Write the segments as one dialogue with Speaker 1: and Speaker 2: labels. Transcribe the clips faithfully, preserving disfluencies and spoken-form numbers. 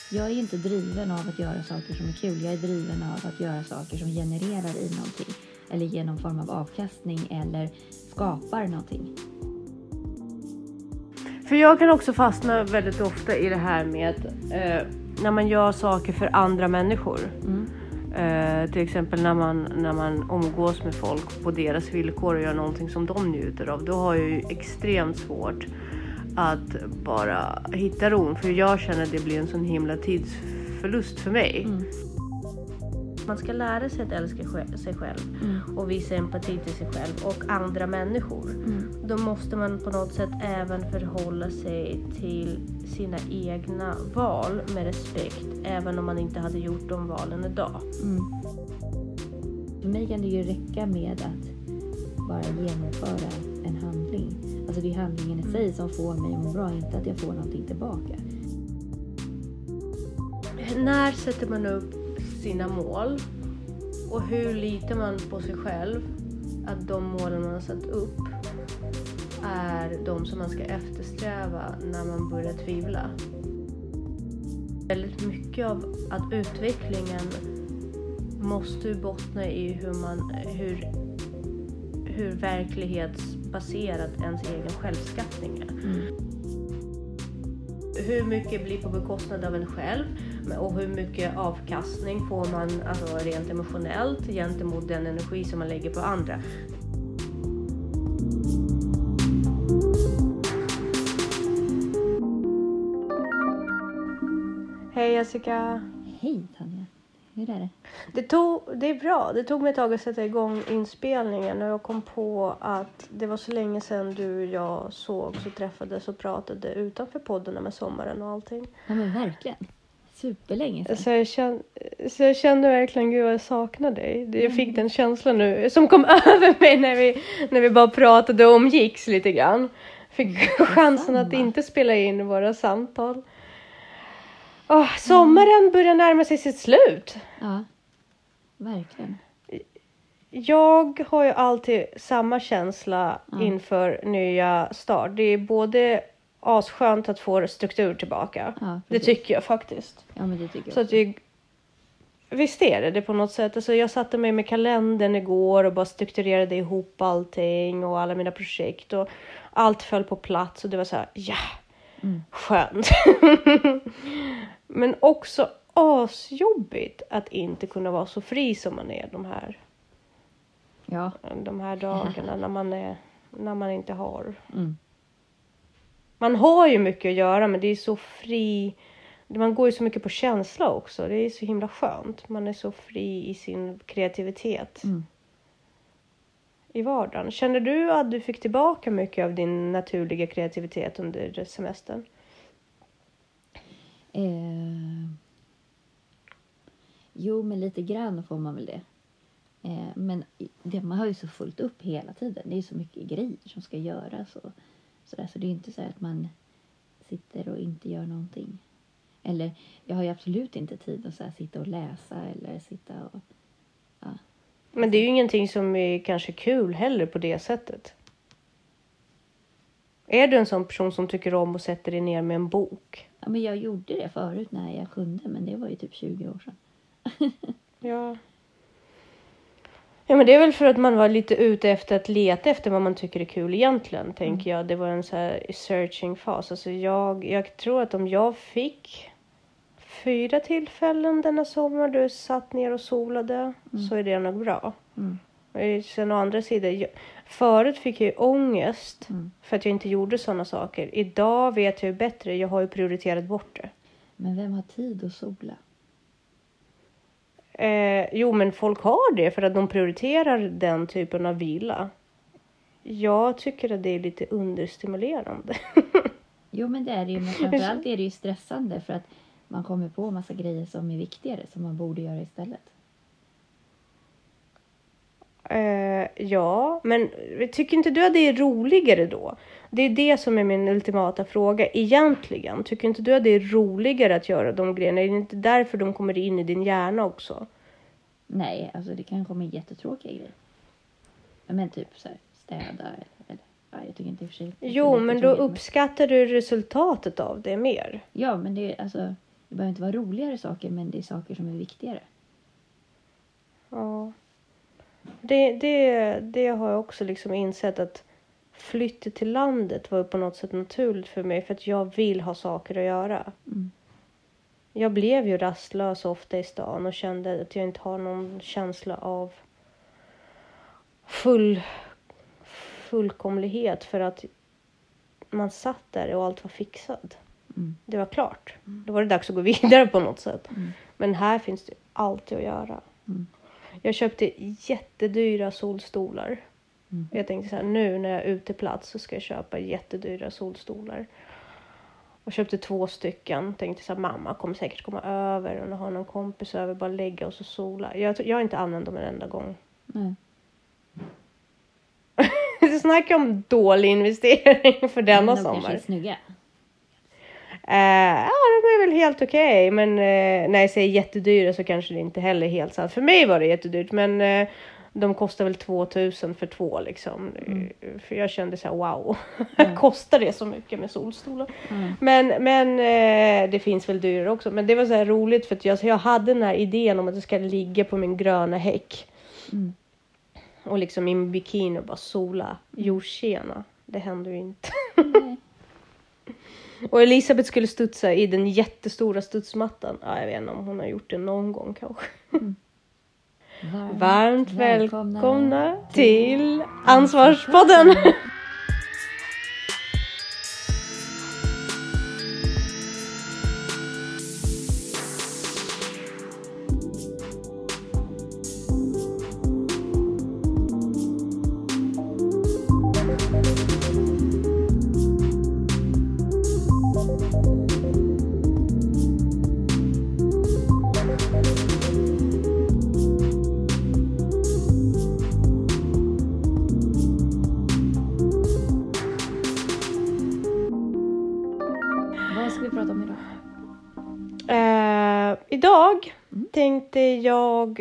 Speaker 1: Jag är inte driven av att göra saker som är kul. Jag är driven av att göra saker som genererar i någonting. Eller ger någon form av avkastning eller skapar någonting.
Speaker 2: För jag kan också fastna väldigt ofta i det här med eh, när man gör saker för andra människor.
Speaker 1: Mm.
Speaker 2: Eh, till exempel när man, när man omgås med folk på deras villkor och gör någonting som de njuter av. Då har jag ju extremt svårt att bara hitta ron. För jag känner att det blir en sån himla tidsförlust för mig.
Speaker 1: Mm.
Speaker 2: Man ska lära sig att älska sig själv
Speaker 1: Mm.
Speaker 2: och visa empati till sig själv och andra människor.
Speaker 1: Mm.
Speaker 2: Då måste man på något sätt även förhålla sig till sina egna val med respekt. Även om man inte hade gjort de valen idag.
Speaker 1: Mm. För mig kan det ju räcka med att bara genomföra en handling. Alltså det är handlingen i
Speaker 2: Mm.
Speaker 1: sig som får mig att må bra, inte att jag får någonting tillbaka.
Speaker 2: När sätter man upp sina mål? Och hur litar man på sig själv att de målen man har satt upp är de som man ska eftersträva när man börjar tvivla? Väldigt mycket av att utvecklingen måste bottna i hur man hur, hur verklighetsbaserat ens egen självskattning är.
Speaker 1: Mm.
Speaker 2: Hur mycket blir på bekostnad av en själv och hur mycket avkastning får man alltså rent emotionellt gentemot den energi som man lägger på andra. Hej Jessica.
Speaker 1: Hej Tanja, hur är det?
Speaker 2: Det, tog, det är bra. Det tog mig ett tag att sätta igång inspelningen och jag kom på att det var så länge sedan du och jag såg så träffades och pratade utanför podden med sommaren och allting.
Speaker 1: Ja men verkligen. Superlänge sedan.
Speaker 2: Så jag, kände, så jag kände verkligen, gud jag saknar dig. Jag fick den känslan nu som kom över mig när vi, när vi bara pratade och omgicks lite grann. Fick chansen att inte spela in våra samtal. Oh, sommaren börjar närma sig sitt slut.
Speaker 1: Ja, verkligen.
Speaker 2: Jag har ju alltid samma känsla
Speaker 1: Ja.
Speaker 2: inför nya start. Det är både asskönt att få struktur tillbaka.
Speaker 1: Ja,
Speaker 2: det
Speaker 1: precis.
Speaker 2: tycker jag faktiskt.
Speaker 1: Ja men det tycker jag
Speaker 2: Så
Speaker 1: också.
Speaker 2: att jag, visst är det det på något sätt. Alltså jag satte mig med kalendern igår och bara strukturerade ihop allting och alla mina projekt. Och allt föll på plats och det var så här, ja,
Speaker 1: Mm.
Speaker 2: skönt. Men också asjobbigt att inte kunna vara så fri som man är de här,
Speaker 1: Ja.
Speaker 2: de här dagarna när man, är, när man inte har.
Speaker 1: Mm.
Speaker 2: Man har ju mycket att göra men det är så fri. Man går ju så mycket på känsla också. Det är så himla skönt. Man är så fri i sin kreativitet
Speaker 1: Mm.
Speaker 2: i vardagen. Känner du att du fick tillbaka mycket av din naturliga kreativitet under semestern?
Speaker 1: Eh... Jo men lite grann får man väl det. Eh, men det, man har ju så fullt upp hela tiden. Det är så mycket grejer som ska göras. Och sådär. Så det är inte så att man sitter och inte gör någonting. Eller jag har ju absolut inte tid att så här, sitta och läsa. Eller sitta och... Ja.
Speaker 2: Men det är ju ingenting som är kanske kul heller på det sättet. Är du en sån person som tycker om att sätta dig ner med en bok?
Speaker 1: Ja, men jag gjorde det förut när jag kunde. Men det var ju typ tjugo år sedan.
Speaker 2: Ja. Ja men det är väl för att man var lite ute efter att leta efter vad man tycker är kul egentligen. Mm. Tänker jag. Det var en så här searching fas. Alltså jag, jag tror att om jag fick fyra tillfällen denna sommar. Du satt ner och solade. Mm. Så är det nog bra.
Speaker 1: Mm.
Speaker 2: Sen å andra sidan. Jag, förut fick jag ju ångest.
Speaker 1: Mm.
Speaker 2: För att jag inte gjorde sådana saker. Idag vet jag ju bättre. Jag har ju prioriterat bort det.
Speaker 1: Men vem har tid att sola?
Speaker 2: Eh, jo men folk har det för att de prioriterar den typen av vila. Jag tycker att det är lite understimulerande.
Speaker 1: Jo men det är det ju. Men framförallt är det ju stressande för att man kommer på massa grejer som är viktigare som man borde göra istället.
Speaker 2: Eh, ja, men tycker inte du att det är roligare då? Det är det som är min ultimata fråga egentligen. Tycker inte du att det är roligare att göra de grejerna? Är det inte därför de kommer in i din hjärna också?
Speaker 1: Nej, alltså det kan komma jättetråkiga grejer. Men typ så här, städa eller, eller ja, jag tycker inte i och för sig.
Speaker 2: Jo, men då uppskattar du resultatet av det mer.
Speaker 1: Ja, men det är alltså Det behöver inte vara roligare saker, men det är saker som är viktigare.
Speaker 2: Ja. Det, det, det har jag också liksom insett att flyttet till landet var på något sätt naturligt för mig. För att jag vill ha saker att göra.
Speaker 1: Mm.
Speaker 2: Jag blev ju rastlös ofta i stan och kände att jag inte har någon känsla av full, fullkomlighet. För att man satt där och allt var fixat.
Speaker 1: Mm.
Speaker 2: Det var klart.
Speaker 1: Mm.
Speaker 2: Då var det dags att gå vidare på något sätt.
Speaker 1: Mm.
Speaker 2: Men här finns det alltid att göra.
Speaker 1: Mm.
Speaker 2: Jag köpte jättedyra solstolar.
Speaker 1: Mm.
Speaker 2: Jag tänkte så här, nu när jag är ute plats så ska jag köpa jättedyra solstolar. Och köpte två stycken. Tänkte så här, mamma kommer säkert komma över. Och när har någon kompis över, bara lägga och så sola. Jag, jag har inte använt dem en enda gång.
Speaker 1: Nej.
Speaker 2: Du snackar om dålig investering för denna
Speaker 1: Men de
Speaker 2: sommar.
Speaker 1: kanske är snygga.
Speaker 2: Uh, ja, de är väl helt okej. Okay. Men uh, när jag säger jättedyra så kanske det inte heller är helt sant. För mig var det jättedyrt. Men uh, de kostar väl tvåtusen för två liksom. Mm. Uh, för jag kände så här, wow. Mm. Kostar det så mycket med solstolar? Mm. Men, men uh, det finns väl dyrare också. Men det var så här roligt. För att jag, jag hade den här idén om att det ska ligga på min gröna häck. Mm. Och liksom i min bikini och bara sola. Jo, tjena. Det händer ju inte. Mm. Och Elisabeth skulle studsa i den jättestora studsmattan. Ja, jag vet inte om hon har gjort det någon gång kanske. Mm. Varmt, Varmt välkomna, välkomna till Ansvarspodden. Idag tänkte jag,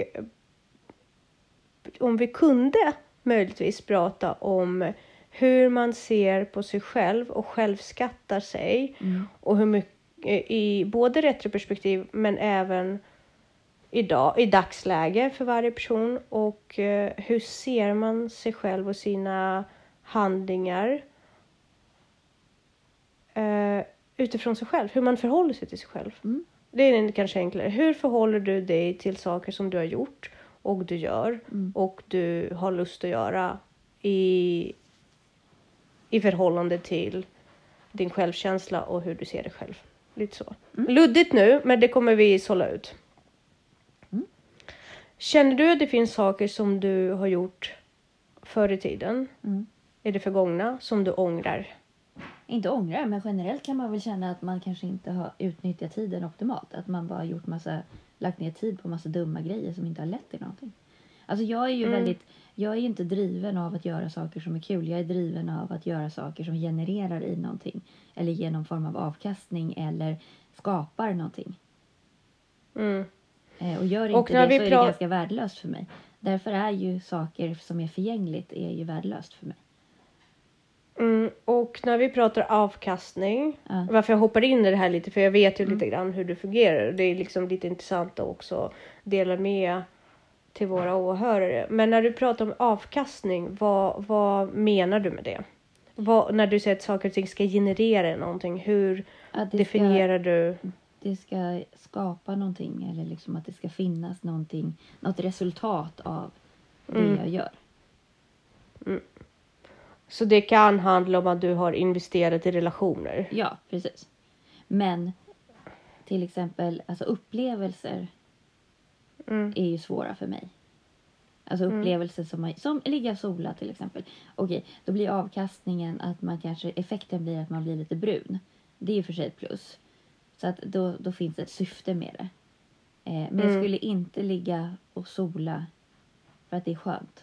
Speaker 2: om vi kunde möjligtvis prata om hur man ser på sig själv och självskattar sig. Mm. Och hur mycket, i både retroperspektiv men även idag, i dagsläge för varje person. Och hur ser man sig själv och sina handlingar utifrån sig själv. Hur man förhåller sig till sig själv. Mm. Det är kanske enklare. Hur förhåller du dig till saker som du har gjort och du gör mm. och du har lust att göra i, i förhållande till din självkänsla och hur du ser dig själv. Lite så. Mm. Luddigt nu, men det kommer vi sålla ut. Mm. Känner du att det finns saker som du har gjort förr i tiden? Mm. Är det förgångna som du ångrar?
Speaker 1: Inte ångrar, men generellt kan man väl känna att man kanske inte har utnyttjat tiden optimalt. Att man bara gjort massa, lagt ner tid på massa dumma grejer som inte har lett till någonting. Alltså jag är ju mm. väldigt, jag är ju inte driven av att göra saker som är kul. Jag är driven av att göra saker som genererar i någonting. Eller ger någon form av avkastning eller skapar någonting. Mm. Eh, och gör inte och det så är det ganska värdelöst för mig. Därför är ju saker som är förgängligt är ju värdelöst för mig.
Speaker 2: Mm, och när vi pratar avkastning, ja. Varför jag hoppar in i det här lite, för jag vet ju mm. lite grann hur det fungerar. Det är liksom lite intressant att också dela med till våra åhörare. Men när du pratar om avkastning, vad, vad menar du med det? Vad, när du säger att saker och ting ska generera någonting, hur definierar
Speaker 1: ska,
Speaker 2: du?
Speaker 1: Det ska skapa någonting, eller liksom att det ska finnas någonting, något resultat av det mm. jag gör.
Speaker 2: Mm. Så det kan handla om att du har investerat i relationer.
Speaker 1: Ja, precis. Men till exempel alltså upplevelser mm. är ju svåra för mig. Alltså upplevelser mm. som, man, som ligga sola till exempel. Okej, då blir avkastningen att man kanske, effekten blir att man blir lite brun. Det är ju för sig ett plus. Så att då, då finns det ett syfte med det. Eh, men mm. jag skulle inte ligga och sola för att det är skönt.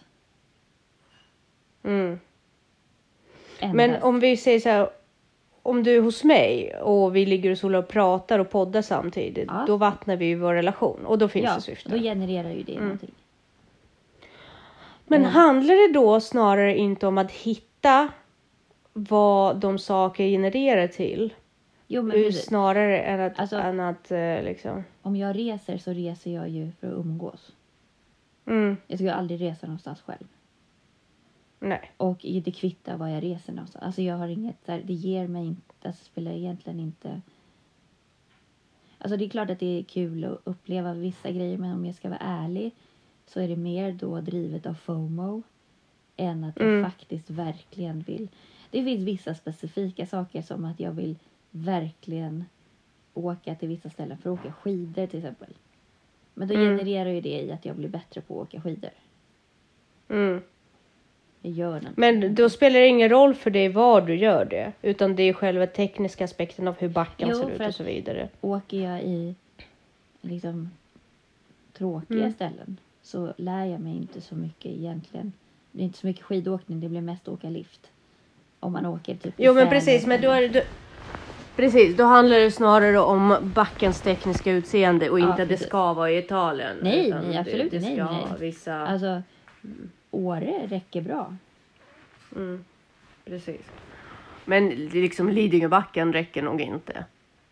Speaker 2: Mm. Men om vi säger så här, om du är hos mig och vi ligger och solar och pratar och poddar samtidigt, ja. Då vattnar vi ju vår relation och då finns
Speaker 1: ja,
Speaker 2: det syfte.
Speaker 1: Då genererar ju det mm. någonting.
Speaker 2: Men mm. handlar det då snarare inte om att hitta vad de saker genererar till?
Speaker 1: Jo, men
Speaker 2: Ur
Speaker 1: precis.
Speaker 2: snarare än att,
Speaker 1: Alltså-
Speaker 2: än att eh, liksom...
Speaker 1: Om jag reser så reser jag ju för att umgås.
Speaker 2: Mm,
Speaker 1: Jag skulle aldrig resa någonstans själv.
Speaker 2: nej.
Speaker 1: Och det kvittar vad jag reser någonstans. Alltså jag har inget där, det ger mig inte, alltså spelar egentligen inte. Alltså det är klart att det är kul att uppleva vissa grejer, men om jag ska vara ärlig så är det mer då drivet av FOMO än att jag
Speaker 2: Mm.
Speaker 1: faktiskt verkligen vill. Det finns vissa specifika saker som att jag vill verkligen åka till vissa ställen för att åka skidor till exempel. Men då
Speaker 2: Mm.
Speaker 1: genererar ju det i att jag blir bättre på att åka skidor.
Speaker 2: Mm.
Speaker 1: Jag gör någonting.
Speaker 2: Men då spelar det ingen roll för dig var du gör det. Utan det är själva tekniska aspekten av hur backen
Speaker 1: Jo,
Speaker 2: ser ut
Speaker 1: för
Speaker 2: och
Speaker 1: att-
Speaker 2: så vidare.
Speaker 1: Åker jag i liksom tråkiga
Speaker 2: Mm.
Speaker 1: ställen så lär jag mig inte så mycket egentligen. Det är inte så mycket skidåkning, det blir mest åka lift. Om man åker typ i
Speaker 2: Jo men
Speaker 1: Sälen
Speaker 2: precis, men då
Speaker 1: eller-
Speaker 2: är det... Precis, då handlar det snarare om backens tekniska utseende och
Speaker 1: Ja,
Speaker 2: inte att det
Speaker 1: precis.
Speaker 2: ska vara i Italien.
Speaker 1: Nej,
Speaker 2: utan
Speaker 1: nej, absolut
Speaker 2: det, det
Speaker 1: nej,
Speaker 2: ska
Speaker 1: nej.
Speaker 2: ha vissa...
Speaker 1: Alltså, Åre räcker bra.
Speaker 2: Mm, precis. Men liksom Lidingöbacken räcker nog inte.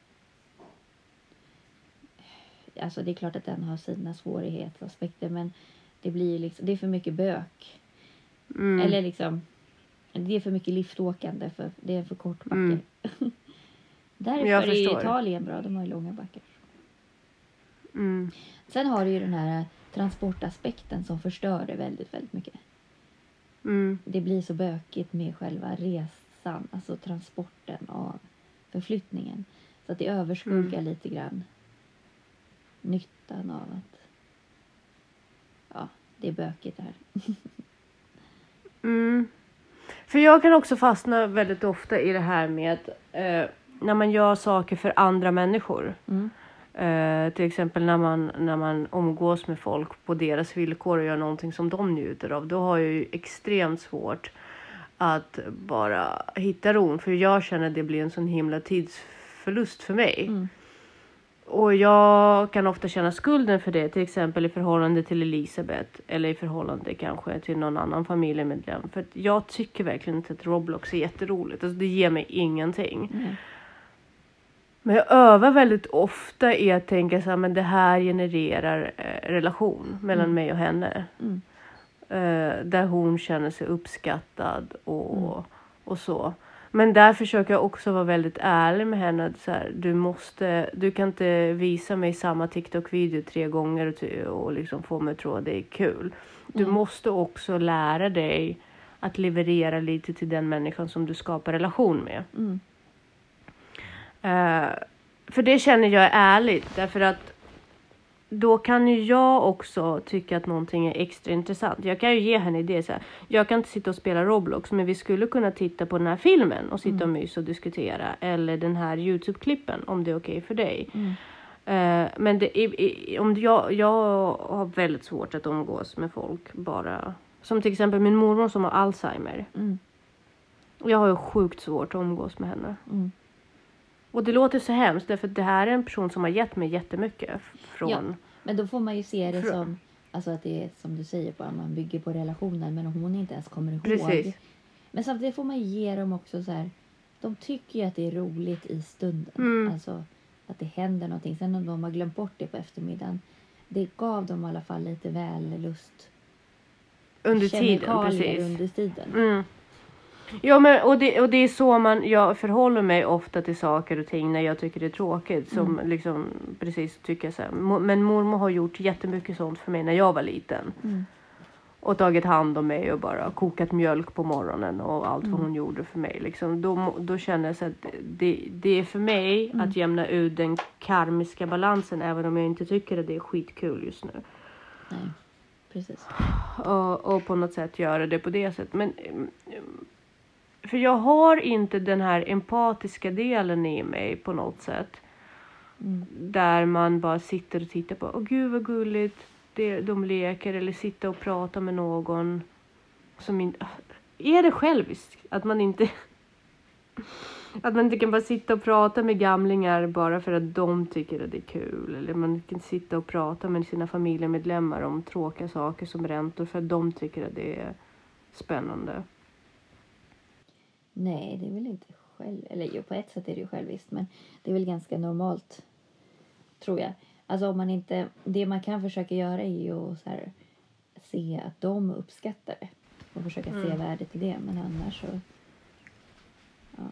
Speaker 1: Alltså det är klart att den har sina svårighetsaspekter, men det blir liksom, det är för mycket bök.
Speaker 2: Mm.
Speaker 1: Eller liksom, det är för mycket liftåkande för det är för kort backe.
Speaker 2: Mm.
Speaker 1: Därför
Speaker 2: Jag
Speaker 1: är ju
Speaker 2: förstår.
Speaker 1: Italien bra, de har ju långa backar.
Speaker 2: Mm.
Speaker 1: Sen har du ju den här transportaspekten som förstör det väldigt, väldigt mycket.
Speaker 2: Mm.
Speaker 1: Det blir så bökigt med själva resan, alltså transporten av förflyttningen. Så att det överskuggar
Speaker 2: Mm.
Speaker 1: lite grann nyttan av att ja, det är bökigt det här.
Speaker 2: Mm. För jag kan också fastna väldigt ofta i det här med eh, när man gör saker för andra människor.
Speaker 1: Mm.
Speaker 2: Eh, till exempel när man, när man omgås med folk på deras villkor och gör någonting som de njuter av. Då har jag ju extremt svårt att bara hitta ron. För jag känner att det blir en sån himla tidsförlust för mig.
Speaker 1: Mm.
Speaker 2: Och jag kan ofta känna skulden för det. Till exempel i förhållande till Elisabeth. Eller i förhållande kanske till någon annan familjemedlem. För att jag tycker verkligen inte att Roblox är jätteroligt. Alltså det ger mig ingenting.
Speaker 1: Mm.
Speaker 2: Men jag övar väldigt ofta i att tänka så här, men det här genererar eh, relation mellan
Speaker 1: Mm.
Speaker 2: mig och henne.
Speaker 1: Mm.
Speaker 2: Eh, där hon känner sig uppskattad och,
Speaker 1: Mm.
Speaker 2: och så. Men där försöker jag också vara väldigt ärlig med henne. Att så här, du, måste, du kan inte visa mig samma TikTok-video tre gånger och, ty- och liksom få mig att tro att det är kul. Du
Speaker 1: Mm.
Speaker 2: måste också lära dig att leverera lite till den människan som du skapar relation med.
Speaker 1: Mm.
Speaker 2: Eh, för det känner jag är ärligt. Därför att då kan ju jag också tycka att någonting är extra intressant. Jag kan ju ge henne idéer så här. Jag kan inte sitta och spela Roblox. Men vi skulle kunna titta på den här filmen. Och sitta och mysa och diskutera. Eller den här YouTube-klippen. Om det är okej för dig.
Speaker 1: Mm.
Speaker 2: Eh, men det, i, i, om jag, jag har väldigt svårt att umgås med folk. Bara. Som till exempel min mormor som har Alzheimer.
Speaker 1: Mm.
Speaker 2: Och jag har ju sjukt svårt att umgås med henne.
Speaker 1: Mm.
Speaker 2: Och det låter så hemskt, därför att det här är en person som har gett mig jättemycket f- från...
Speaker 1: Ja. Men då får man ju se det
Speaker 2: Frå-
Speaker 1: som, alltså att det är som du säger, på att man bygger på relationer, men om hon inte ens kommer ihåg.
Speaker 2: Precis.
Speaker 1: Men samtidigt får man ju ge dem också så här, de tycker ju att det är roligt i stunden.
Speaker 2: Mm.
Speaker 1: Alltså att det händer någonting. Sen om de har glömt bort det på eftermiddagen, det gav dem i alla fall lite väl lust.
Speaker 2: Under tiden,
Speaker 1: Kemikalier
Speaker 2: precis.
Speaker 1: under tiden.
Speaker 2: Mm. Ja, men och det, och det är så man... Jag förhåller mig ofta till saker och ting när jag tycker det är tråkigt. Som liksom precis tycker så här. mo- Men mormor har gjort jättemycket sånt för mig när jag var liten.
Speaker 1: Mm.
Speaker 2: Och tagit hand om mig och bara kokat mjölk på morgonen och allt vad hon gjorde för mig. Liksom. Då, må- då känner jag så att det, det är för mig att jämna ut den karmiska balansen. Även om jag inte tycker att det är skitkul just nu.
Speaker 1: Nej, precis.
Speaker 2: Och, och på något sätt göra det på det sättet. Men, mm, för jag har inte den här empatiska delen i mig på något sätt.
Speaker 1: Mm.
Speaker 2: Där man bara sitter och tittar på. Åh gud vad gulligt. Det, de leker. Eller sitta och prata med någon. Som inte... Är det själviskt? Att man inte... Att man inte kan bara sitta och prata med gamlingar bara för att de tycker att det är kul. Eller man kan sitta och prata med sina familjemedlemmar om tråkiga saker som räntor för att de tycker att det är spännande.
Speaker 1: Nej, det är väl inte själv... Eller jo, på ett sätt är det ju själviskt. Men det är väl ganska normalt, tror jag. Alltså om man inte... Det man kan försöka göra är ju att så här, se att de uppskattar det. Och försöka
Speaker 2: Mm.
Speaker 1: se värdet i det. Men annars så... Ja.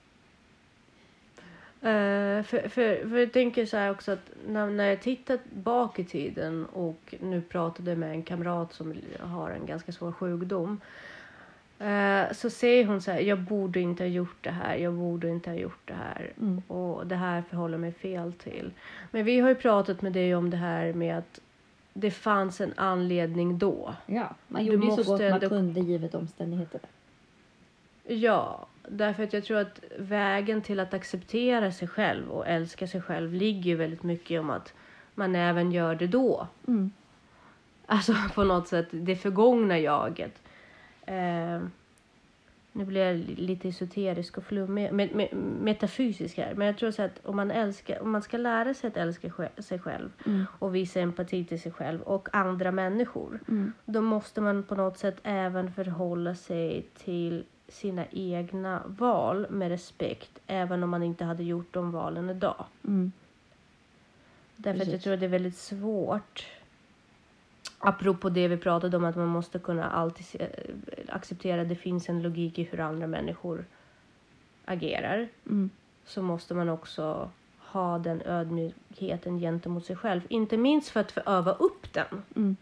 Speaker 2: Uh, för, för, för jag tänker så här också att när, när jag tittat bak i tiden och nu pratade med en kamrat som har en ganska svår sjukdom. Uh, så säger hon så här, jag borde inte ha gjort det här, jag borde inte ha gjort det här.
Speaker 1: Mm.
Speaker 2: Och det här förhåller mig fel till. Men vi har ju pratat med dig om det här med att det fanns en anledning då.
Speaker 1: Ja, man
Speaker 2: Du
Speaker 1: gjorde ju så
Speaker 2: måste
Speaker 1: gott man
Speaker 2: ändå-
Speaker 1: kunde givet omständigheterna.
Speaker 2: Ja, därför att jag tror att vägen till att acceptera sig själv och älska sig själv ligger ju väldigt mycket om att man även gör det då.
Speaker 1: Mm.
Speaker 2: Alltså på något sätt det förgångna jaget. Eh, nu blir jag lite esoterisk och flummig, med, med, metafysisk här. Men jag tror så att om man, älskar, om man ska lära sig att älska sj- sig själv
Speaker 1: Mm.
Speaker 2: och visa empati till sig själv och andra människor.
Speaker 1: Mm.
Speaker 2: Då måste man på något sätt även förhålla sig till sina egna val med respekt. Även om man inte hade gjort de valen idag.
Speaker 1: Mm.
Speaker 2: Därför att jag
Speaker 1: Precis.
Speaker 2: tror att det är väldigt svårt. Apropå det vi pratade om, att man måste kunna alltid se, acceptera att det finns en logik i hur andra människor agerar.
Speaker 1: Mm.
Speaker 2: Så måste man också ha den ödmjukheten gentemot sig själv. Inte minst för att få öva upp den.
Speaker 1: Mm.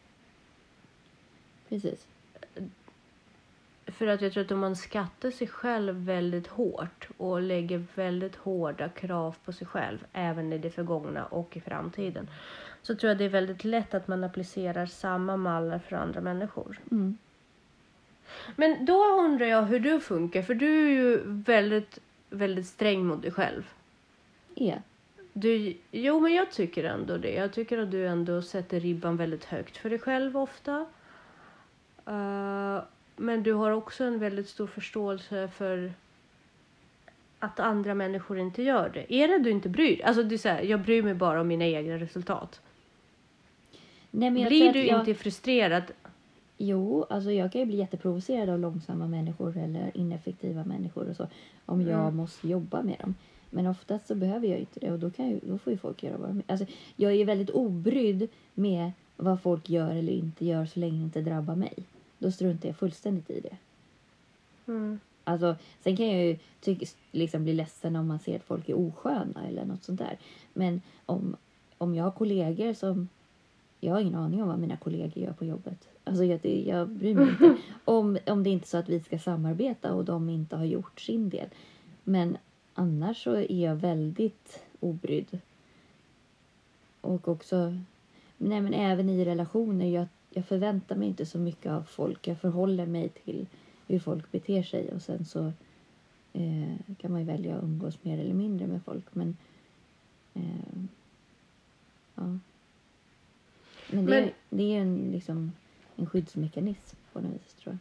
Speaker 1: Precis.
Speaker 2: För att jag tror att om man skattar sig själv väldigt hårt och lägger väldigt hårda krav på sig själv, även i det förgångna och i framtiden, så tror jag det är väldigt lätt att man applicerar samma mallar för andra människor.
Speaker 1: Mm.
Speaker 2: Men då undrar jag hur du funkar, för du är ju väldigt, väldigt sträng mot dig själv.
Speaker 1: Ja.
Speaker 2: Du, jo, men jag tycker ändå det. Jag tycker att du ändå sätter ribban väldigt högt för dig själv ofta. Uh, men du har också en väldigt stor förståelse för att andra människor inte gör det. Är det du inte bryr dig? Alltså det är så här, jag bryr mig bara om mina egna resultat.
Speaker 1: Nej, men jag tror
Speaker 2: Blir
Speaker 1: att
Speaker 2: du
Speaker 1: jag...
Speaker 2: inte frustrerad?
Speaker 1: Jo, alltså jag kan ju bli jätteprovocerad av långsamma människor eller ineffektiva människor och så. Om jag
Speaker 2: Mm.
Speaker 1: måste jobba med dem. Men oftast så behöver jag inte det och då, kan ju, då får ju folk göra vad de vill. Alltså jag är ju väldigt obrydd med vad folk gör eller inte gör så länge det inte drabbar mig. Då struntar jag fullständigt i det.
Speaker 2: Mm.
Speaker 1: Alltså, sen kan jag ju tycka, liksom bli ledsen om man ser att folk är osköna eller något sånt där. Men om, om jag har kollegor som... Jag har ingen aning om vad mina kollegor gör på jobbet. Alltså jag, jag bryr mig inte. Om, om det är inte så att vi ska samarbeta och de inte har gjort sin del. Men annars så är jag väldigt obrydd. Och också... Nej, men även i relationer. Jag, jag förväntar mig inte så mycket av folk. Jag förhåller mig till hur folk beter sig. Och sen så eh, kan man ju välja att umgås mer eller mindre med folk. Men... Eh, ja. Men det,
Speaker 2: Men-
Speaker 1: är, det är en, liksom, en skyddsmekanism på något vis, tror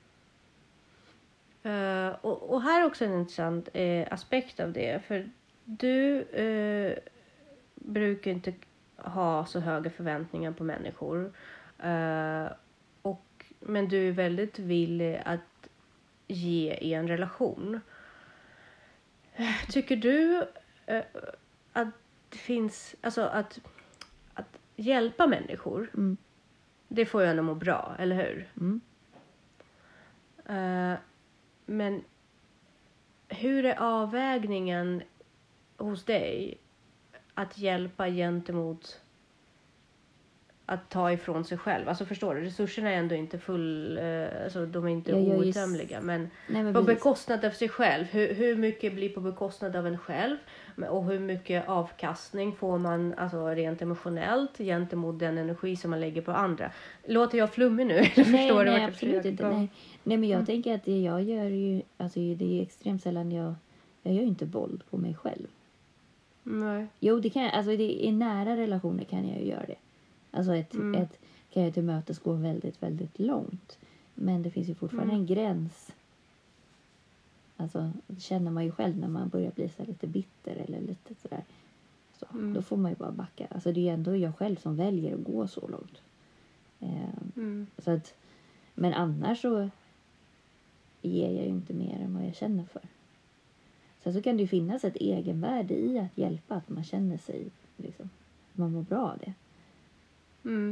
Speaker 1: jag.
Speaker 2: Uh, och, och här är också en intressant eh, aspekt av det. För du eh, brukar inte ha så höga förväntningar på människor. Uh, och, men du är väldigt villig att ge i en relation. Tycker du eh, att det finns... Alltså att, att hjälpa människor,
Speaker 1: Mm.
Speaker 2: det får ju en att må bra, eller hur?
Speaker 1: Mm.
Speaker 2: Eh, men hur är avvägningen hos dig att hjälpa gentemot att ta ifrån sig själv? Alltså förstår du, resurserna är ändå inte full, eh, alltså de är inte
Speaker 1: Jag gör ju s-
Speaker 2: outtömliga, men
Speaker 1: Nej, men
Speaker 2: på
Speaker 1: precis.
Speaker 2: bekostnad av sig själv. Hur, hur mycket blir på bekostnad av en själv? Och hur mycket avkastning får man alltså rent emotionellt gentemot den energi som man lägger på andra? Låter jag flummig nu? Eller
Speaker 1: Nej,
Speaker 2: förstår du
Speaker 1: nej
Speaker 2: vart jag
Speaker 1: absolut
Speaker 2: försöker
Speaker 1: inte.
Speaker 2: gå?
Speaker 1: Nej. nej, men jag
Speaker 2: Mm.
Speaker 1: tänker att det jag gör är ju... Alltså det är extremt sällan jag... Jag gör ju inte våld på mig själv.
Speaker 2: Nej.
Speaker 1: Jo, det kan jag... Alltså det, i nära relationer kan jag ju göra det. Alltså ett...
Speaker 2: Mm.
Speaker 1: ett kan jag tillmötesgå väldigt, väldigt långt. Men det finns ju fortfarande
Speaker 2: Mm.
Speaker 1: en gräns. Alltså, det känner man ju själv när man börjar bli så här lite bitter eller lite sådär. Så,
Speaker 2: Mm.
Speaker 1: Då får man ju bara backa. Alltså det är ju ändå jag själv som väljer att gå så långt. Eh,
Speaker 2: Mm.
Speaker 1: så att, men annars så... ger jag ju inte mer än vad jag känner för. Sen så kan det ju finnas ett egenvärde i att hjälpa, att man känner sig liksom, att man mår bra av det.
Speaker 2: Mm.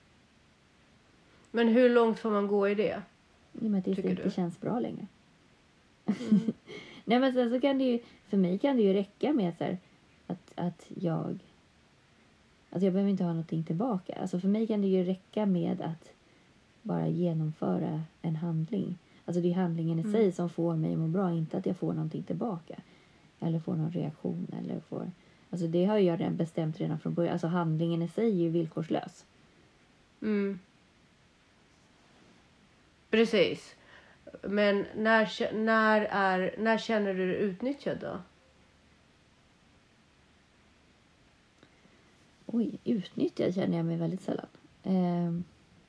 Speaker 2: Men hur långt får man gå i det?
Speaker 1: I och med att det
Speaker 2: Tycker
Speaker 1: inte
Speaker 2: du?
Speaker 1: känns bra längre.
Speaker 2: Mm.
Speaker 1: Nej, men sen så kan det ju, för mig kan det ju räcka med så här, att, att jag, alltså jag behöver inte ha någonting tillbaka. Alltså för mig kan det ju räcka med att bara genomföra en handling. Alltså det är handlingen i
Speaker 2: Mm.
Speaker 1: sig som får mig att må bra, inte att jag får någonting tillbaka. Eller får någon reaktion eller får, alltså det har jag redan bestämt redan från början. Alltså handlingen i sig är ju villkorslös.
Speaker 2: Mm. Precis. Men när, när, är, när känner du dig utnyttjad då?
Speaker 1: Oj, utnyttjad känner jag mig väldigt sällan. Ehm.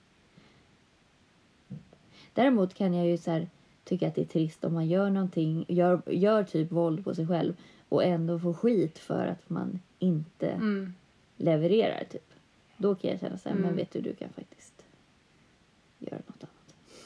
Speaker 1: Däremot kan jag ju så här, tycka att det är trist om man gör någonting, gör, gör typ våld på sig själv och ändå får skit för att man inte
Speaker 2: Mm.
Speaker 1: levererar typ. Då kan jag känna så här,
Speaker 2: Mm.
Speaker 1: men vet du, du kan faktiskt göra något annat.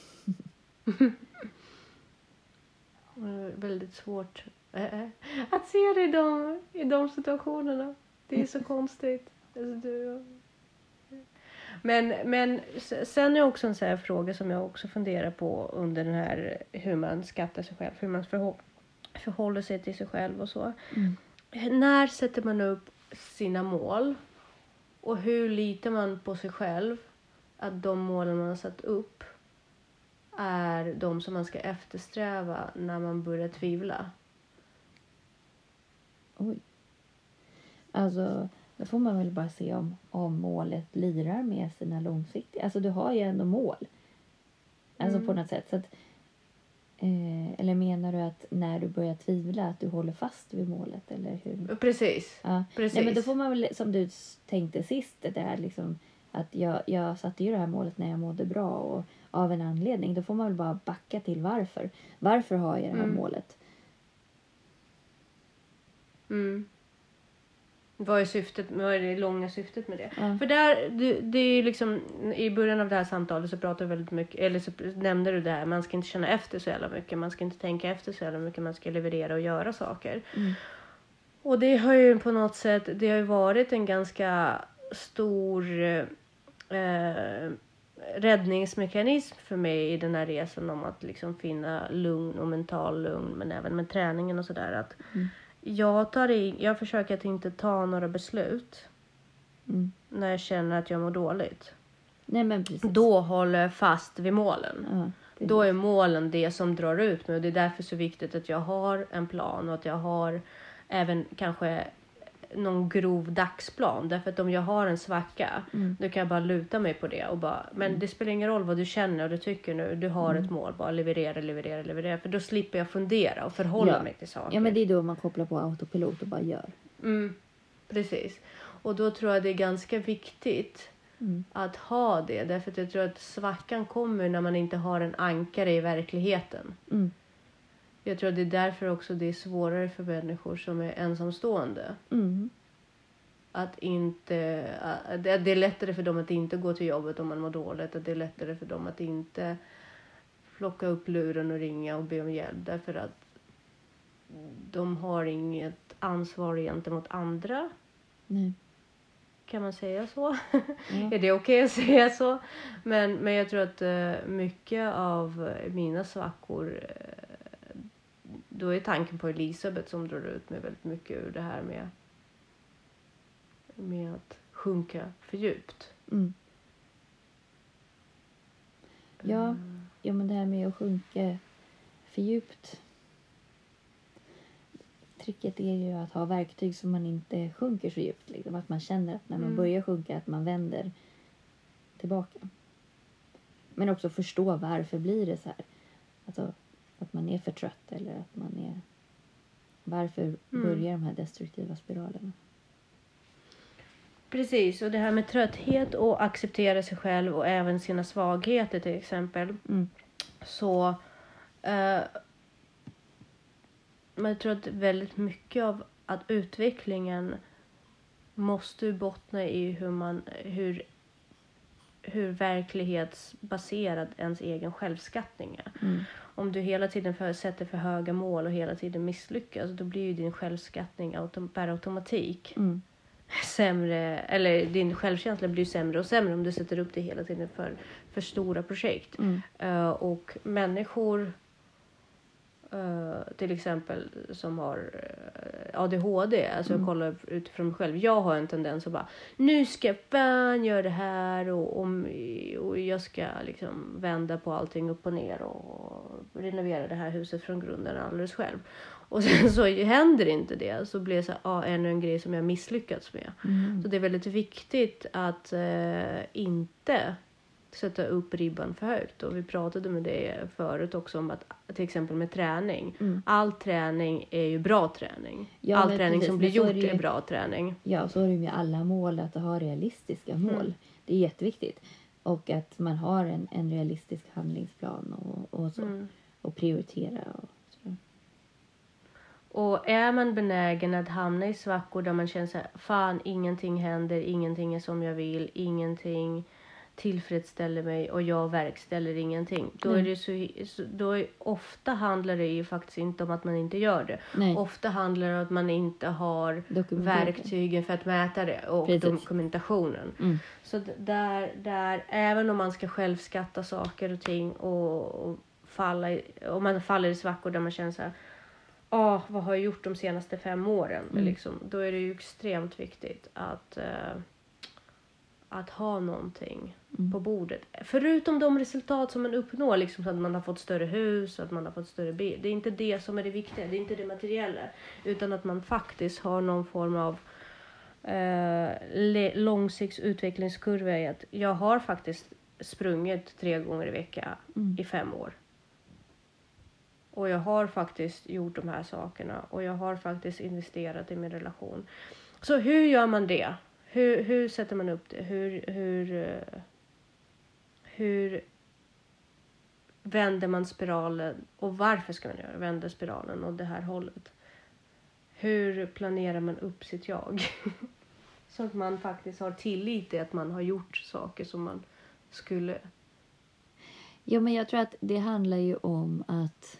Speaker 2: Väldigt svårt äh, att se det i de, i de situationerna. Det är så konstigt. Alltså, du... Men, men sen är också en sån här fråga som jag också funderar på under den här hur man skattar sig själv, hur man förhå- förhåller sig till sig själv och så.
Speaker 1: Mm.
Speaker 2: När sätter man upp sina mål och hur litar man på sig själv att de målen man har satt upp är de som man ska eftersträva när man börjar tvivla?
Speaker 1: Oj. Alltså, då får man väl bara se om, om målet lirar med sina långsiktiga. Alltså du har ju ändå mål. Alltså
Speaker 2: Mm.
Speaker 1: på något sätt. Så att, eh, eller menar du att när du börjar tvivla att du håller fast vid målet? Eller hur?
Speaker 2: Precis.
Speaker 1: Ja.
Speaker 2: Precis.
Speaker 1: Nej, men då får man väl, som du tänkte sist, det här liksom, att jag, jag satte ju det här målet när jag mådde bra och av en anledning. Då får man väl bara backa till varför. Varför har jag det här
Speaker 2: Mm.
Speaker 1: målet?
Speaker 2: Mm. Vad är syftet, vad är det långa syftet med det?
Speaker 1: Ja.
Speaker 2: För där, det, det är ju liksom, i början av det här samtalet så pratade du väldigt mycket, eller så nämnde du det här, man ska inte känna efter så jävla mycket, man ska inte tänka efter så jävla mycket, man ska leverera och göra saker.
Speaker 1: Mm.
Speaker 2: Och det har ju på något sätt, det har ju varit en ganska stor eh, räddningsmekanism för mig i den här resan om att liksom finna lugn och mental lugn, men även med träningen och sådär, att
Speaker 1: Mm.
Speaker 2: jag, tar in, jag försöker att inte ta några beslut
Speaker 1: Mm.
Speaker 2: när jag känner att jag mår dåligt.
Speaker 1: Nej, men precis.
Speaker 2: Då håller jag fast vid målen.
Speaker 1: Ja, det-
Speaker 2: Då är målen det som drar ut mig. Och det är därför så viktigt att jag har en plan. Och att jag har även kanske någon grov dagsplan. Därför att om jag har en svacka.
Speaker 1: Mm.
Speaker 2: Då kan jag bara luta mig på det. Och bara, men
Speaker 1: Mm.
Speaker 2: det spelar ingen roll vad du känner och du tycker nu. Du har
Speaker 1: Mm.
Speaker 2: ett mål. Bara leverera, leverera, leverera. För då slipper jag fundera och förhålla
Speaker 1: Ja.
Speaker 2: mig till saker.
Speaker 1: Ja, men det är då man kopplar på autopilot och bara gör.
Speaker 2: Mm, precis. Och då tror jag det är ganska viktigt
Speaker 1: Mm.
Speaker 2: att ha det. Därför att jag tror att svackan kommer när man inte har en ankare i verkligheten.
Speaker 1: Mm.
Speaker 2: Jag tror att det är därför också det är svårare för människor som är ensamstående.
Speaker 1: Mm.
Speaker 2: Att inte, att det det är lättare för dem att inte gå till jobbet om man mår dåligt. Att det är lättare för dem att inte plocka upp luren och ringa och be om hjälp. Därför att de har inget ansvar gentemot andra.
Speaker 1: Nej.
Speaker 2: Kan man säga så?
Speaker 1: Ja.
Speaker 2: Är det okej att säga så? Men, men jag tror att uh, mycket av mina svackor, uh, då är tanken på Elisabeth som drar ut mig väldigt mycket ur det här med, med att sjunka för djupt.
Speaker 1: Mm. Ja.
Speaker 2: Mm.
Speaker 1: Ja, men det här med att sjunka för djupt. Tricket är ju att ha verktyg så man inte sjunker så djupt. Liksom. Att man känner att när man
Speaker 2: Mm.
Speaker 1: börjar sjunka att man vänder tillbaka. Men också förstå varför blir det så här. Alltså att man är för trött eller att man är... Varför
Speaker 2: Mm.
Speaker 1: börjar de här destruktiva spiralerna?
Speaker 2: Precis, och det här med trötthet och acceptera sig själv och även sina svagheter till exempel.
Speaker 1: Mm.
Speaker 2: Så eh, men jag tror att väldigt mycket av att utvecklingen måste bottna i hur man hur hur verklighetsbaserad ens egen självskattning är.
Speaker 1: Mm.
Speaker 2: om du hela tiden för, sätter för höga mål och hela tiden misslyckas, då blir ju din självskattning autom- per automatik
Speaker 1: Mm.
Speaker 2: sämre, eller din självkänsla blir sämre och sämre om du sätter upp det hela tiden för, för stora projekt.
Speaker 1: Mm.
Speaker 2: Uh, och människor uh, till exempel som har uh, A D H D, alltså
Speaker 1: Mm.
Speaker 2: jag kollar utifrån mig själv, jag har en tendens att bara, nu ska jag fan göra det här och, och, och jag ska liksom vända på allting upp och ner och renovera det här huset från grunden alldeles själv. Och sen så händer inte det. Så blir det så här, ah, ännu en grej som jag misslyckats med.
Speaker 1: Mm.
Speaker 2: Så det är väldigt viktigt att eh, inte sätta upp ribban för högt. Och vi pratade med det förut också om att till exempel med träning.
Speaker 1: Mm.
Speaker 2: All träning är ju bra träning.
Speaker 1: Ja,
Speaker 2: All
Speaker 1: men
Speaker 2: träning
Speaker 1: precis,
Speaker 2: som
Speaker 1: men
Speaker 2: blir
Speaker 1: så är
Speaker 2: gjort
Speaker 1: det ju-
Speaker 2: är bra träning.
Speaker 1: Ja, så är det ju med alla mål, att ha realistiska mål.
Speaker 2: Mm.
Speaker 1: Det är jätteviktigt. Och att man har en, en realistisk handlingsplan och, och så.
Speaker 2: Mm.
Speaker 1: Och prioritera och så.
Speaker 2: Och är man benägen att hamna i svackor där man känner så här, fan ingenting händer, ingenting är som jag vill, ingenting tillfredsställer mig och jag verkställer ingenting. Då
Speaker 1: Mm.
Speaker 2: är det så, så då är, ofta handlar det ju faktiskt inte om att man inte gör det.
Speaker 1: Nej.
Speaker 2: Ofta handlar det om att man inte har
Speaker 1: Dokumentera.
Speaker 2: verktygen för att mäta det och
Speaker 1: Precis.
Speaker 2: dokumentationen.
Speaker 1: Mm.
Speaker 2: Så d- där, där, även om man ska självskatta saker och ting och, och falla i, om man faller i svackor där man känner så här, ah, vad har jag gjort de senaste fem åren?
Speaker 1: Mm.
Speaker 2: Liksom, då är det ju extremt viktigt att, eh, att ha någonting
Speaker 1: Mm.
Speaker 2: på bordet. Förutom de resultat som man uppnår, liksom så att man har fått större hus, att man har fått större bil. Det är inte det som är det viktiga, det är inte det materiella. Utan att man faktiskt har någon form av eh, le- långsikts utvecklingskurva i att jag har faktiskt sprungit tre gånger i veckan
Speaker 1: Mm.
Speaker 2: i fem år. Och jag har faktiskt gjort de här sakerna. Och jag har faktiskt investerat i min relation. Så hur gör man det? Hur, hur sätter man upp det? Hur, hur, eh, hur vänder man spiralen? Och varför ska man göra vända spiralen åt det här hållet? Hur planerar man upp sitt jag? Så att man faktiskt har tillit till att man har gjort saker som man skulle.
Speaker 1: Ja, men jag tror att det handlar ju om att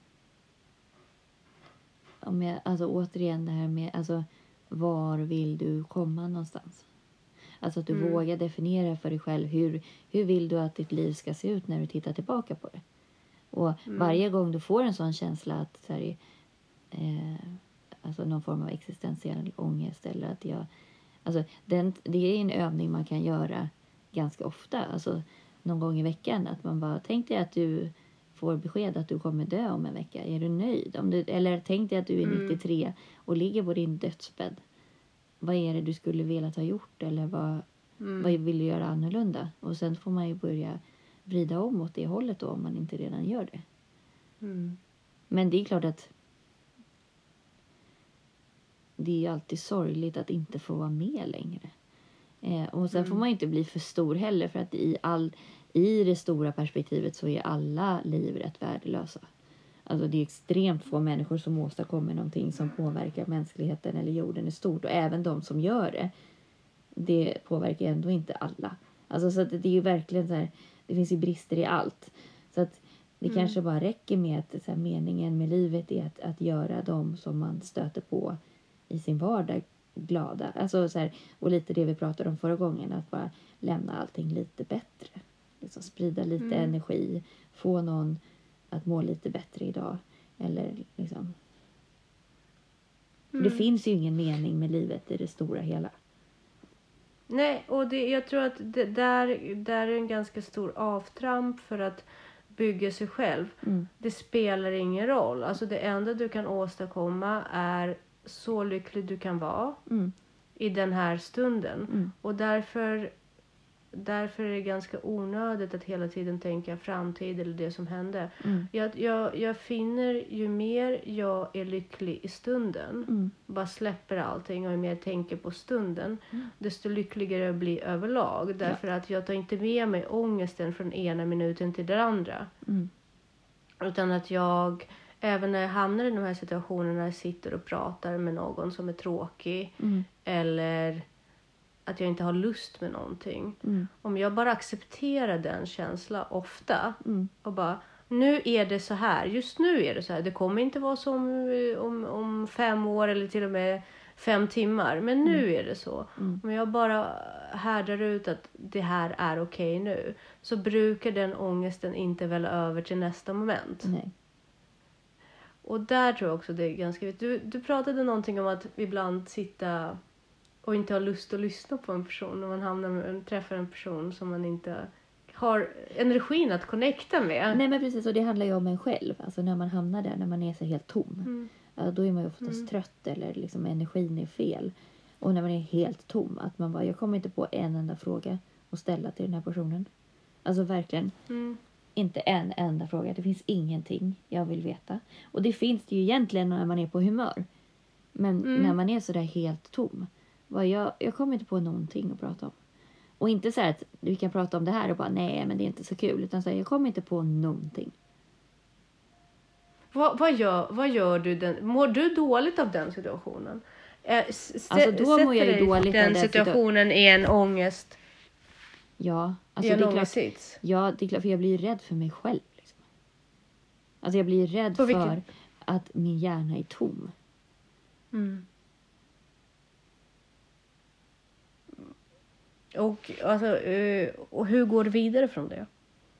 Speaker 1: om jag, alltså återigen det här med alltså, var vill du komma någonstans? Alltså att du
Speaker 2: Mm.
Speaker 1: vågar definiera för dig själv hur, hur vill du att ditt liv ska se ut när du tittar tillbaka på det. Och
Speaker 2: Mm.
Speaker 1: varje gång du får en sån känsla att så här, eh, alltså någon form av existentiell ångest eller att jag, alltså den, det är en övning man kan göra ganska ofta, alltså någon gång i veckan, att man bara tänk dig att du får besked att du kommer dö om en vecka. Är du nöjd? Om du, eller tänk dig att du är
Speaker 2: Mm.
Speaker 1: nittiotre och ligger på din dödsbädd. Vad är det du skulle vilja ha gjort? Eller vad,
Speaker 2: Mm.
Speaker 1: vad vill du göra annorlunda? Och sen får man ju börja vrida om åt det hållet då, om man inte redan gör det.
Speaker 2: Mm.
Speaker 1: Men det är klart att det är ju alltid sorgligt att inte få vara med längre. Eh, och sen
Speaker 2: Mm.
Speaker 1: får man ju inte bli för stor heller, för att i, all, i det stora perspektivet så är alla liv rätt värdelösa. Alltså det är extremt få människor som åstadkommer någonting som påverkar mänskligheten eller jorden i stort. Och även de som gör det, det påverkar ändå inte alla. Alltså så att det är ju verkligen så här, det finns ju brister i allt. Så att det
Speaker 2: Mm.
Speaker 1: kanske bara räcker med att så här, meningen med livet är att, att göra dem som man stöter på i sin vardag glada. Alltså så här, och lite det vi pratade om förra gången, att bara lämna allting lite bättre. Liksom sprida lite
Speaker 2: Mm.
Speaker 1: energi, få någon att må lite bättre idag. Eller liksom. För det
Speaker 2: Mm.
Speaker 1: finns ju ingen mening med livet i det stora hela.
Speaker 2: Nej, och det, jag tror att det där, där är en ganska stor avtramp för att bygga sig själv.
Speaker 1: Mm.
Speaker 2: Det spelar ingen roll. Alltså det enda du kan åstadkomma är så lycklig du kan vara
Speaker 1: Mm.
Speaker 2: i den här stunden.
Speaker 1: Mm.
Speaker 2: Och därför, därför är det ganska onödigt att hela tiden tänka framtid eller det som hände.
Speaker 1: Mm.
Speaker 2: Jag, jag, jag finner ju mer jag är lycklig i stunden,
Speaker 1: Mm.
Speaker 2: bara släpper allting och är mer tänker på stunden,
Speaker 1: Mm.
Speaker 2: desto lyckligare jag blir överlag. Därför att jag tar inte med mig ångesten från ena minuten till den andra.
Speaker 1: Mm.
Speaker 2: Utan att jag, även när jag hamnar i de här situationerna, när jag sitter och pratar med någon som är tråkig
Speaker 1: Mm.
Speaker 2: eller att jag inte har lust med någonting.
Speaker 1: Mm.
Speaker 2: Om jag bara accepterar den känslan ofta
Speaker 1: Mm.
Speaker 2: och bara, nu är det så här. Just nu är det så här. Det kommer inte vara som om, om fem år eller till och med fem timmar. Men nu mm. är det så.
Speaker 1: Mm.
Speaker 2: Om jag bara härdar ut att det här är okej nu. Så brukar den ångesten inte välla över till nästa moment.
Speaker 1: Nej.
Speaker 2: Och där tror jag också det är ganska viktigt. Du, du pratade någonting om att ibland sitta och inte ha lust att lyssna på en person. När man hamnar med, träffar en person som man inte har energin att connecta med.
Speaker 1: Nej men precis, och det handlar ju om en själv. Alltså när man hamnar där, när man är så helt tom.
Speaker 2: Mm.
Speaker 1: Ja, då är man ju oftast
Speaker 2: Mm.
Speaker 1: trött eller liksom energin är fel. Och när man är helt tom, att man bara, jag kommer inte på en enda fråga att ställa till den här personen. Alltså verkligen,
Speaker 2: Mm.
Speaker 1: inte en enda fråga. Det finns ingenting jag vill veta. Och det finns det ju egentligen när man är på humör. Men
Speaker 2: Mm.
Speaker 1: när man är så där helt tom. Vad jag, jag kommer inte på någonting att prata om. Och inte så här att vi kan prata om det här och bara nej men det är inte så kul. Utan så här, jag kommer inte på någonting.
Speaker 2: Vad, vad, gör, vad gör du? Den, mår du dåligt av den situationen? Äh, s-
Speaker 1: Alltså då mår jag ju
Speaker 2: dig
Speaker 1: dåligt av
Speaker 2: den
Speaker 1: den
Speaker 2: situationen i en ångest.
Speaker 1: Ja, alltså
Speaker 2: I en
Speaker 1: det är klart.
Speaker 2: ångestsits.
Speaker 1: Ja, det är klart för jag blir ju rädd för mig själv. Liksom. Alltså jag blir ju rädd
Speaker 2: På vilken-
Speaker 1: för att min hjärna är tom.
Speaker 2: Mm. Och, alltså, eh, och hur går du vidare från det?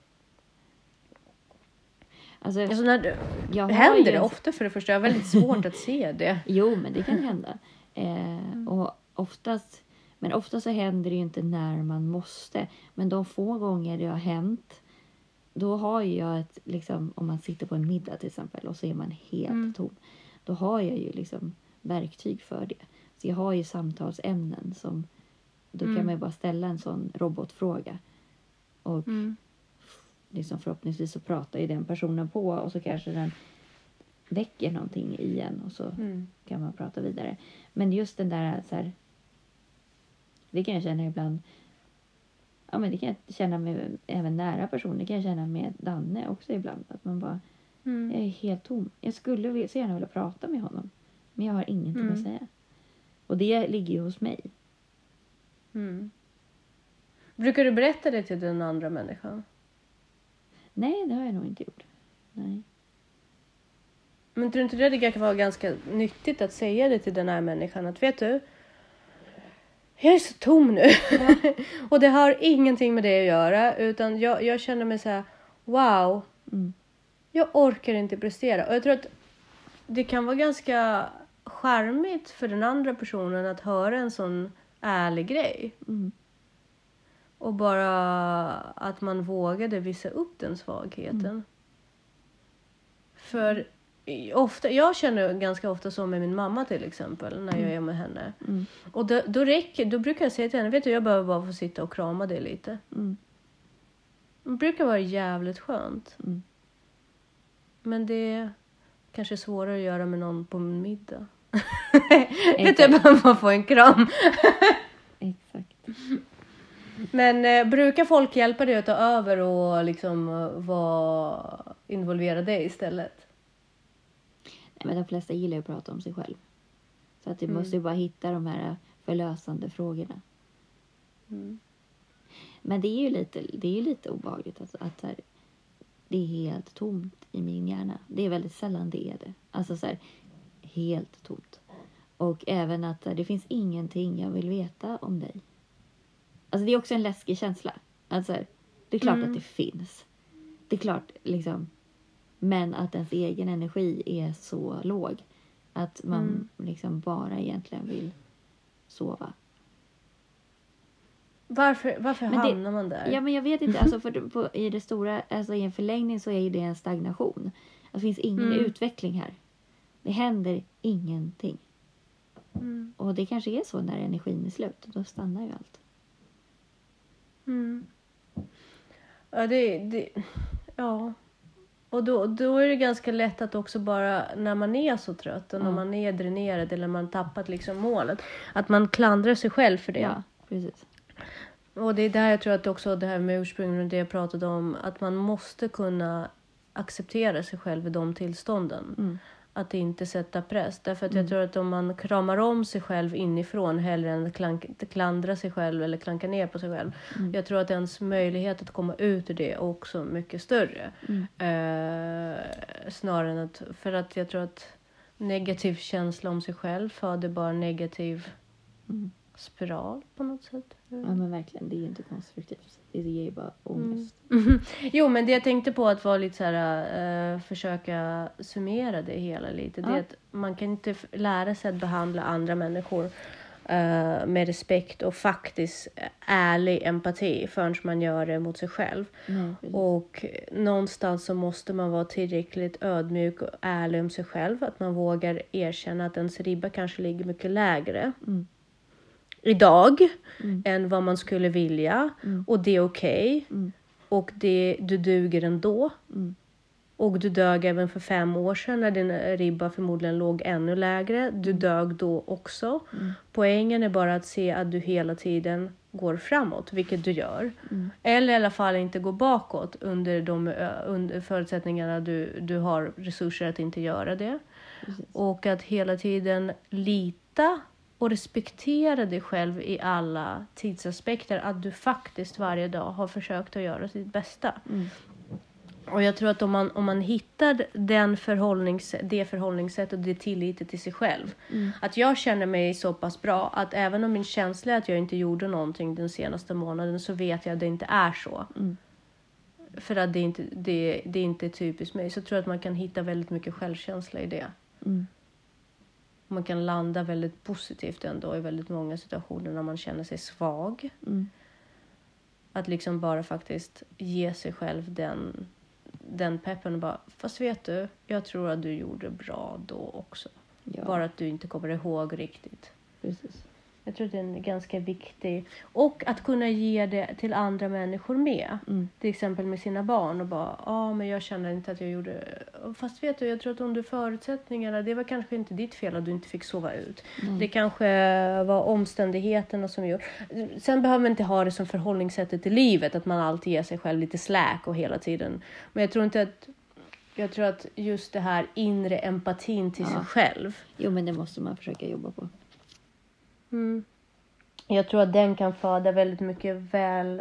Speaker 1: Alltså,
Speaker 2: Alltså när du,
Speaker 1: jag har
Speaker 2: händer
Speaker 1: ju
Speaker 2: det
Speaker 1: en-
Speaker 2: ofta för det första? Jag har väldigt svårt att se det.
Speaker 1: Jo, men det kan hända. Eh,
Speaker 2: Mm.
Speaker 1: och oftast, men ofta så händer det ju inte när man måste. Men de få gånger det har hänt, då har ju jag ett, liksom, om man sitter på en middag till exempel och så är man helt
Speaker 2: Mm.
Speaker 1: tom. Då har jag ju liksom verktyg för det. Så jag har ju samtalsämnen som, då
Speaker 2: Mm.
Speaker 1: kan man ju bara ställa en sån robotfråga. Och
Speaker 2: Mm.
Speaker 1: liksom förhoppningsvis så pratar ju den personen på och så kanske den väcker någonting i en och så
Speaker 2: Mm.
Speaker 1: kan man prata vidare. Men just den där så här, det kan jag känna ibland, ja men det kan jag känna med även nära personer, det kan jag känna med Danne också ibland, att man bara,
Speaker 2: Mm.
Speaker 1: jag är helt tom. Jag skulle vilja- så gärna vilja prata med honom, men jag har ingenting
Speaker 2: Mm.
Speaker 1: att säga. Och det ligger ju hos mig.
Speaker 2: Mm. Brukar du berätta det till den andra människan?
Speaker 1: Nej, det har jag nog inte gjort. Nej.
Speaker 2: Men tror du inte det kan vara ganska nyttigt att säga det till den här människan? Att vet du, jag är så tom nu.
Speaker 1: Ja.
Speaker 2: Och det har ingenting med det att göra. Utan jag, jag känner mig så här, wow,
Speaker 1: Mm.
Speaker 2: jag orkar inte prestera. Och jag tror att det kan vara ganska charmigt för den andra personen att höra en sån ärlig grej.
Speaker 1: Mm.
Speaker 2: Och bara att man vågade visa upp den svagheten.
Speaker 1: Mm.
Speaker 2: För ofta, jag känner ganska ofta så med min mamma till exempel. När jag är med henne.
Speaker 1: Mm.
Speaker 2: Och då, då, räcker, då brukar jag säga till henne, vet du, jag behöver bara få sitta och krama dig lite.
Speaker 1: Mm.
Speaker 2: Det brukar vara jävligt skönt.
Speaker 1: Mm.
Speaker 2: Men det kanske är svårare att göra med någon på en middag. Vet du, jag behöver bara få en kram.
Speaker 1: Exakt.
Speaker 2: Men eh, brukar folk hjälpa dig att ta över och liksom eh, vara involverade istället?
Speaker 1: Nej, men de flesta gillar ju att prata om sig själv. Så att du
Speaker 2: Mm.
Speaker 1: måste ju bara hitta de här förlösande frågorna.
Speaker 2: Mm.
Speaker 1: Men det är ju lite, det är ju lite obehagligt att, att så här, det är helt tomt i min hjärna. Det är väldigt sällan det är det. Alltså så här, helt tomt. Och även att så här, det finns ingenting jag vill veta om dig. Alltså det är också en läskig känsla. Alltså, det är klart
Speaker 2: Mm.
Speaker 1: att det finns. Det är klart liksom. Men att ens egen energi är så låg. Att man
Speaker 2: Mm.
Speaker 1: liksom bara egentligen vill sova.
Speaker 2: Varför, varför
Speaker 1: Men det-
Speaker 2: hamnar man där?
Speaker 1: Ja, men jag vet inte. Alltså för på, i det stora, alltså i en förlängning så är ju det en stagnation. Det finns ingen
Speaker 2: Mm.
Speaker 1: utveckling här. Det händer ingenting.
Speaker 2: Mm.
Speaker 1: Och det kanske är så när energin är slut. Då stannar ju allt.
Speaker 2: Mm. Ja, det, det, ja. Och då, då är det ganska lätt att också bara när man är så trött och när
Speaker 1: Ja.
Speaker 2: man är dränerad eller man tappat liksom målet, att man klandrar sig själv för det.
Speaker 1: Ja, precis.
Speaker 2: Och det är där jag tror att också det här med ursprungligen, det jag pratade om, att man måste kunna acceptera sig själv i de tillstånden.
Speaker 1: Mm.
Speaker 2: att inte sätta press. Därför att jag
Speaker 1: Mm.
Speaker 2: tror att om man kramar om sig själv inifrån hellre än att klank, klandra sig själv eller klanka ner på sig själv.
Speaker 1: Mm.
Speaker 2: Jag tror att ens möjlighet att komma ut ur det är också mycket större.
Speaker 1: Mm.
Speaker 2: Eh, snarare än att, för att jag tror att negativ känsla om sig själv föder bara negativ
Speaker 1: Mm.
Speaker 2: spiral på något sätt.
Speaker 1: Ja men verkligen, det är ju inte konstruktivt. Det ger ju bara ångest.
Speaker 2: Mm. Jo, men det jag tänkte på att vara lite så här, uh, försöka summera det hela lite.
Speaker 1: Ja.
Speaker 2: Det är att man kan inte f- lära sig att behandla andra människor uh, med respekt och faktiskt ärlig empati förrän man gör det mot sig själv.
Speaker 1: Nej, precis.
Speaker 2: Och någonstans så måste man vara tillräckligt ödmjuk och ärlig om sig själv. Att man vågar erkänna att ens ribba kanske ligger mycket lägre
Speaker 1: Mm.
Speaker 2: idag
Speaker 1: Mm.
Speaker 2: än vad man skulle vilja.
Speaker 1: Mm.
Speaker 2: Och det är okej.
Speaker 1: Mm.
Speaker 2: Och det, du duger ändå.
Speaker 1: Mm.
Speaker 2: Och du dög även för fem år sedan när din ribba förmodligen låg ännu lägre. Du dög då också.
Speaker 1: Mm.
Speaker 2: Poängen är bara att se att du hela tiden går framåt, vilket du gör.
Speaker 1: Mm.
Speaker 2: Eller i alla fall inte gå bakåt under de ö, under förutsättningarna du, du har resurser att inte göra det.
Speaker 1: Precis.
Speaker 2: Och att hela tiden lita och respektera dig själv i alla tidsaspekter. Att du faktiskt varje dag har försökt att göra sitt bästa.
Speaker 1: Mm.
Speaker 2: Och jag tror att om man, om man hittar den förhållnings, det förhållningssättet och det tilliten till sig själv.
Speaker 1: Mm.
Speaker 2: Att jag känner mig så pass bra att även om min känsla är att jag inte gjorde någonting den senaste månaden så vet jag att det inte är så.
Speaker 1: Mm.
Speaker 2: För att det inte det, det är inte typiskt mig. Så jag tror att man kan hitta väldigt mycket självkänsla i det.
Speaker 1: Mm.
Speaker 2: Man kan landa väldigt positivt ändå i väldigt många situationer när man känner sig svag.
Speaker 1: Mm.
Speaker 2: Att liksom bara faktiskt ge sig själv den, den peppen och bara, fast vet du, jag tror att du gjorde bra då också.
Speaker 1: Ja,
Speaker 2: Bara att du inte kommer ihåg riktigt.
Speaker 1: precis.
Speaker 2: Jag tror att det är ganska viktig. Och att kunna ge det till andra människor med.
Speaker 1: Mm.
Speaker 2: Till exempel med sina barn. Och bara, ja ah, men jag känner inte att jag gjorde... Fast vet du, jag tror att under förutsättningarna, det var kanske inte ditt fel att du inte fick sova ut.
Speaker 1: Mm.
Speaker 2: Det kanske var omständigheterna som gjorde... Sen behöver man inte ha det som förhållningssättet i livet. Att man alltid ger sig själv lite släk och hela tiden. Men jag tror inte att... Jag tror att just det här inre empatin till
Speaker 1: Ja.
Speaker 2: sig själv.
Speaker 1: Jo men det måste man försöka jobba på.
Speaker 2: Mm. Jag tror att den kan föda väldigt mycket väl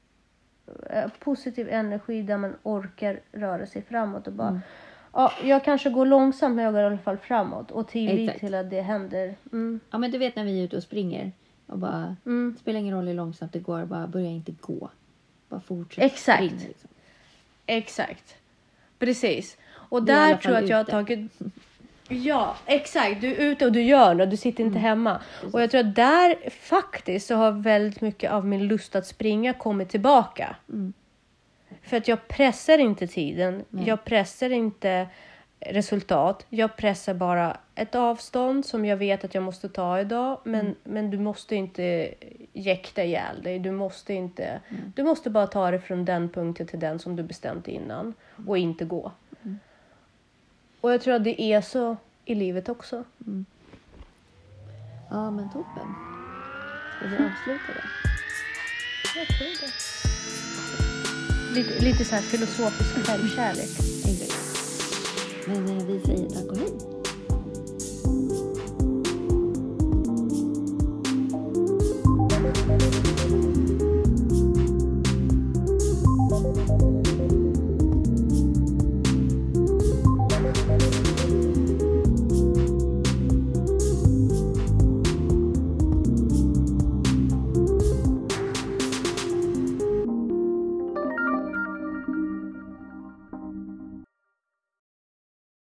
Speaker 2: eh, positiv energi där man orkar röra sig framåt och bara
Speaker 1: Mm.
Speaker 2: ja, jag kanske går långsamt men jag går i alla fall framåt och tillit
Speaker 1: Exakt.
Speaker 2: till att det händer. Mm.
Speaker 1: Ja men du vet när vi är ute och springer och bara,
Speaker 2: Mm.
Speaker 1: det spelar ingen roll hur långsamt det går, bara börja inte gå. Bara fortsätt
Speaker 2: Exakt.
Speaker 1: springa, liksom.
Speaker 2: Exakt. Precis. Och
Speaker 1: Vi är i alla
Speaker 2: där
Speaker 1: fall
Speaker 2: tror jag att jag har
Speaker 1: ute.
Speaker 2: tagit... Ja, exakt. Du är ute och du gör det. Du sitter inte
Speaker 1: Mm.
Speaker 2: hemma.
Speaker 1: Precis.
Speaker 2: Och jag tror att där faktiskt så har väldigt mycket av min lust att springa kommit tillbaka.
Speaker 1: Mm.
Speaker 2: För att jag pressar inte tiden.
Speaker 1: Nej.
Speaker 2: Jag pressar inte resultat. Jag pressar bara ett avstånd som jag vet att jag måste ta idag. Men,
Speaker 1: Mm.
Speaker 2: men du måste inte jäkta ihjäl dig. Du måste inte...
Speaker 1: Mm.
Speaker 2: Du måste bara ta det från den punkten till den som du bestämt innan. Och inte gå.
Speaker 1: Mm.
Speaker 2: Och jag tror att det är så i livet också.
Speaker 1: Mm. Ja men toppen. Ska vi avsluta det?
Speaker 2: Jag tror det. Lite, lite så här filosofisk självkärlek.
Speaker 1: Exakt. Men eh, vi säger tack och hej.